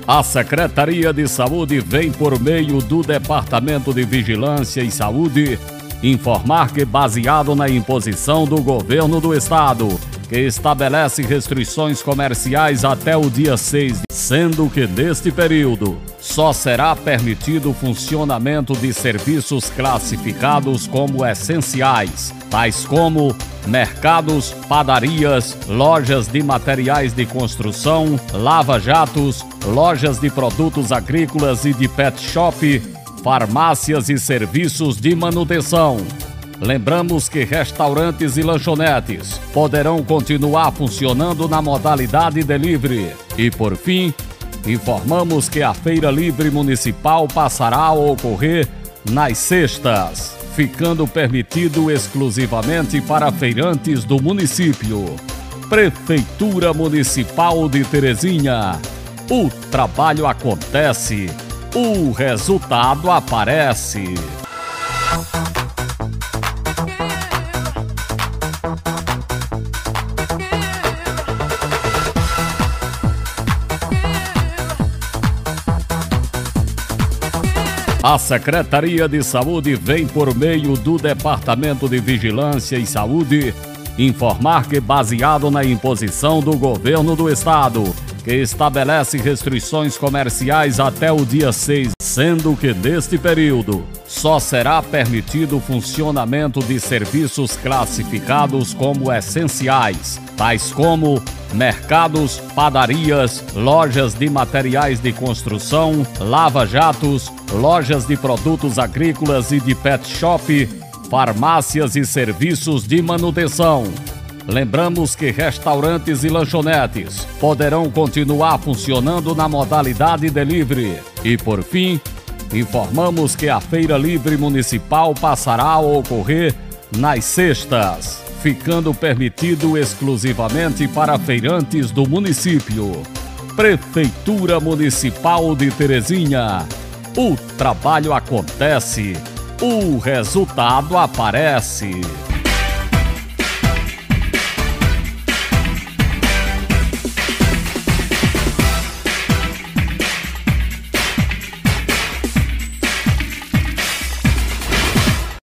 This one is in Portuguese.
A Secretaria de Saúde vem, por meio do Departamento de Vigilância e Saúde, informar que, baseado na imposição do Governo do Estado, que estabelece restrições comerciais até o dia 6, sendo que neste período só será permitido o funcionamento de serviços classificados como essenciais, tais como mercados, padarias, lojas de materiais de construção, lava-jatos, lojas de produtos agrícolas e de pet shop, farmácias e serviços de manutenção. Lembramos que restaurantes e lanchonetes poderão continuar funcionando na modalidade delivery. E, por fim, informamos que a Feira Livre Municipal passará a ocorrer nas sextas, ficando permitido exclusivamente para feirantes do município. Prefeitura Municipal de Terezinha. O trabalho acontece, o resultado aparece. A Secretaria de Saúde vem, por meio do Departamento de Vigilância e Saúde, informar que, baseado na imposição do Governo do Estado, que estabelece restrições comerciais até o dia 6, sendo que neste período só será permitido o funcionamento de serviços classificados como essenciais, tais como mercados, padarias, lojas de materiais de construção, lava-jatos, lojas de produtos agrícolas e de pet shop, farmácias e serviços de manutenção. Lembramos que restaurantes e lanchonetes poderão continuar funcionando na modalidade delivery. E, por fim, informamos que a Feira Livre Municipal passará a ocorrer nas sextas, ficando permitido exclusivamente para feirantes do município. Prefeitura Municipal de Terezinha. O trabalho acontece, o resultado aparece.